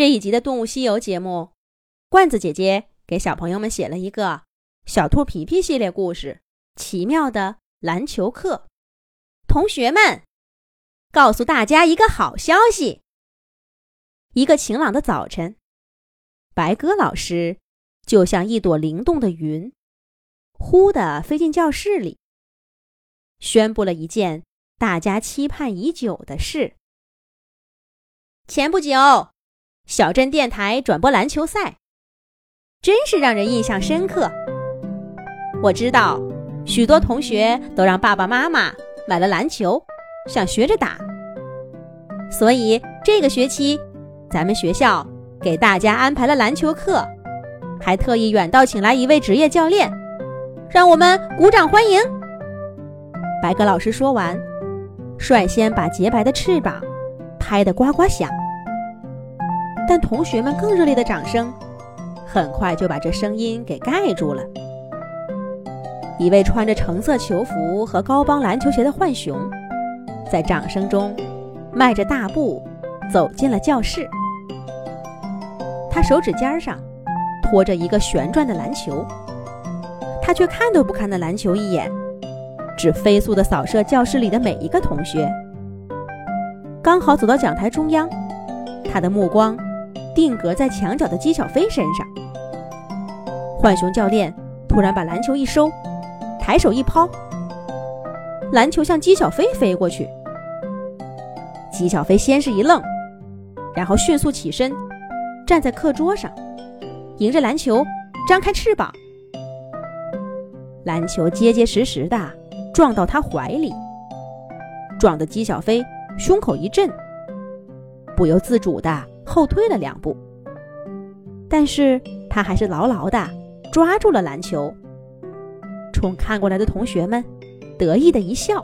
这一集的动物西游节目，罐子姐姐给小朋友们写了一个小兔皮皮系列故事，奇妙的篮球课。同学们，告诉大家一个好消息。一个晴朗的早晨，白鸽老师就像一朵灵动的云，忽地飞进教室里，宣布了一件大家期盼已久的事。前不久，小镇电台转播篮球赛，真是让人印象深刻。我知道许多同学都让爸爸妈妈买了篮球，想学着打。所以这个学期咱们学校给大家安排了篮球课，还特意远道请来一位职业教练，让我们鼓掌欢迎。白鸽老师说完，率先把洁白的翅膀拍得呱呱响。但同学们更热烈的掌声很快就把这声音给盖住了。一位穿着橙色球服和高帮篮球鞋的浣熊，在掌声中迈着大步走进了教室。他手指尖上托着一个旋转的篮球，他却看都不看那篮球一眼，只飞速地扫射教室里的每一个同学。刚好走到讲台中央，他的目光定格在墙角的姬小飞身上。浣熊教练突然把篮球一收，抬手一抛，篮球向姬小飞飞过去。姬小飞先是一愣，然后迅速起身，站在课桌上，迎着篮球张开翅膀。篮球结结实实地撞到他怀里，撞得姬小飞胸口一震，不由自主地后退了2步。但是他还是牢牢地抓住了篮球，冲看过来的同学们得意的一笑。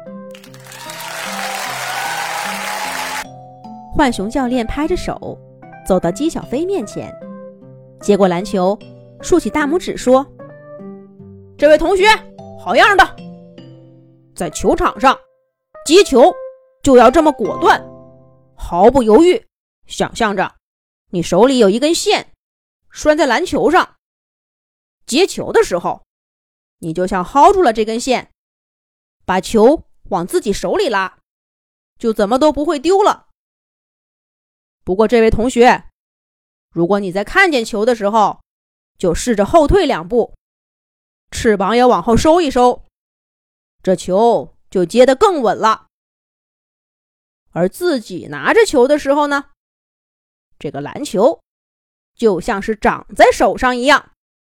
浣熊教练拍着手走到姬小飞面前，接过篮球，竖起大拇指说：“这位同学，好样的！在球场上接球就要这么果断，毫不犹豫，想象着你手里有一根线拴在篮球上，接球的时候你就像薅住了这根线，把球往自己手里拉，就怎么都不会丢了。不过这位同学，如果你在看见球的时候就试着后退2步，翅膀也往后收一收，这球就接得更稳了。而自己拿着球的时候呢，这个篮球就像是长在手上一样。”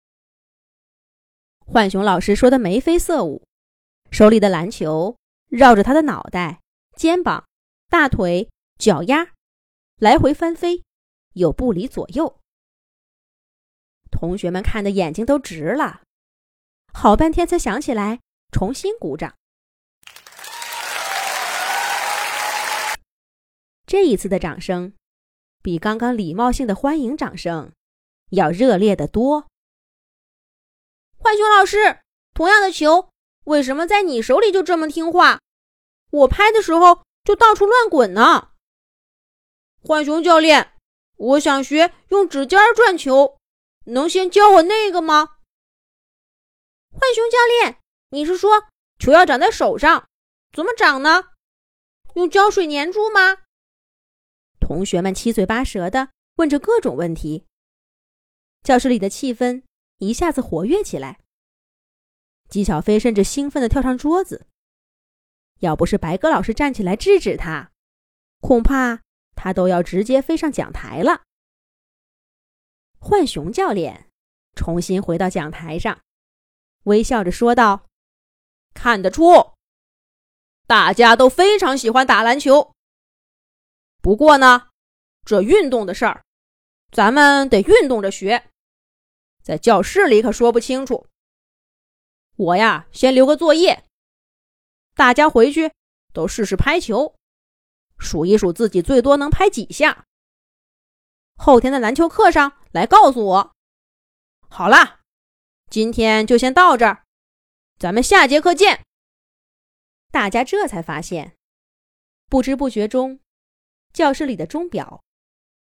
浣熊老师说的眉飞色舞，手里的篮球绕着他的脑袋、肩膀、大腿、脚丫来回翻飞，又不离左右。同学们看得眼睛都直了，好半天才想起来重新鼓掌。这一次的掌声比刚刚礼貌性的欢迎掌声要热烈得多。浣熊老师，同样的球，为什么在你手里就这么听话？我拍的时候就到处乱滚呢。浣熊教练，我想学用指尖转球，能先教我那个吗？浣熊教练，你是说球要长在手上，怎么长呢？用胶水粘住吗？同学们七嘴八舌地问着各种问题，教室里的气氛一下子活跃起来。姬小飞甚至兴奋地跳上桌子，要不是白鸽老师站起来制止他，恐怕他都要直接飞上讲台了。浣熊教练重新回到讲台上，微笑着说道：“看得出，大家都非常喜欢打篮球。不过呢，这运动的事儿，咱们得运动着学，在教室里可说不清楚。我呀，先留个作业，大家回去都试试拍球，数一数自己最多能拍几下。后天的篮球课上来告诉我。好啦，今天就先到这儿，咱们下节课见。”大家这才发现，不知不觉中，教室里的钟表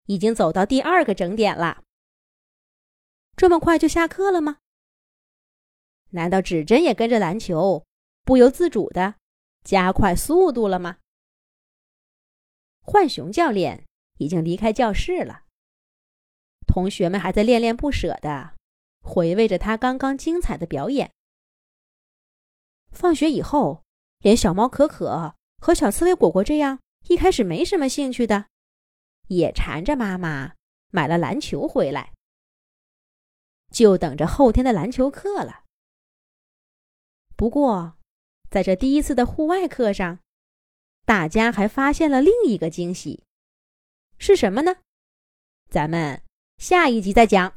已经走到第2个整点了。这么快就下课了吗？难道指针也跟着篮球不由自主地加快速度了吗？浣熊教练已经离开教室了，同学们还在恋恋不舍地回味着他刚刚精彩的表演。放学以后，连小猫可可和小刺猬果果这样一开始没什么兴趣的，也缠着妈妈买了篮球回来，就等着后天的篮球课了。不过，在这第1次的户外课上，大家还发现了另一个惊喜，是什么呢？咱们下一集再讲。